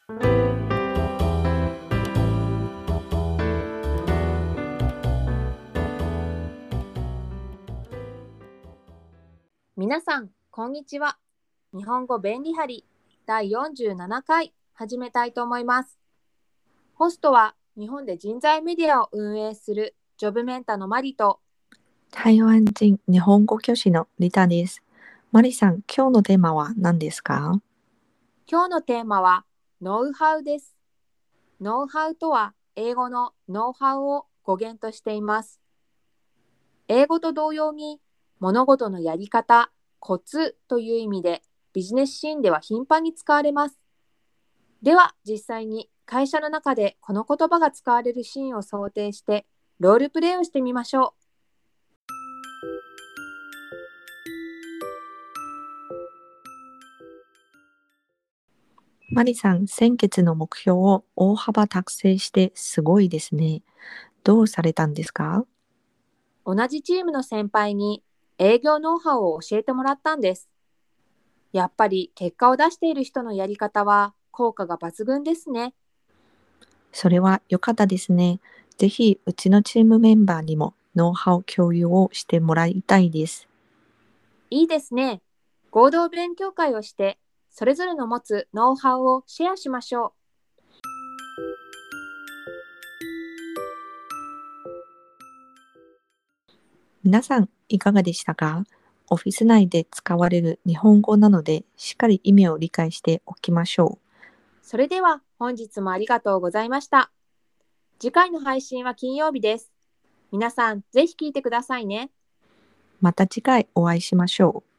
皆さん、こんにちは。日本語便利貼り第47回始めたいと思います。ホストは日本で人材メディアを運営するジョブメンタのマリと台湾人日本語教師のリタです。マリさん、今日のテーマは何ですか？ 今日のテーマはノウハウです。ノウハウとは英語のノウハウを語源としています。英語と同様に物事のやり方、コツという意味でビジネスシーンでは頻繁に使われます。では実際に会社の中でこの言葉が使われるシーンを想定してロールプレイをしてみましょマリさん、先月の目標を大幅達成してすごいですね。どうされたんですか？ う。同じチームの先輩に営業ノウハウを教えてもらったんです。やっぱり結果を出している人のやり方は効果が抜群ですね。 それは良かったですね。ぜひ、うちのチームメンバーにもノウハウ共有をしてもらいたいです。 いいですね。合同勉強会をしてそれぞれの持つノウハウをシェアしましょう。 皆さん、いかがでしたか？オフィス内で使われる日本語なので、しっかり意味を理解しておきましょう。 それでは本日もありがとうございました。次回の配信は金曜日です。皆さんぜひ聞いてくださいね。 また次回お会いしましょう。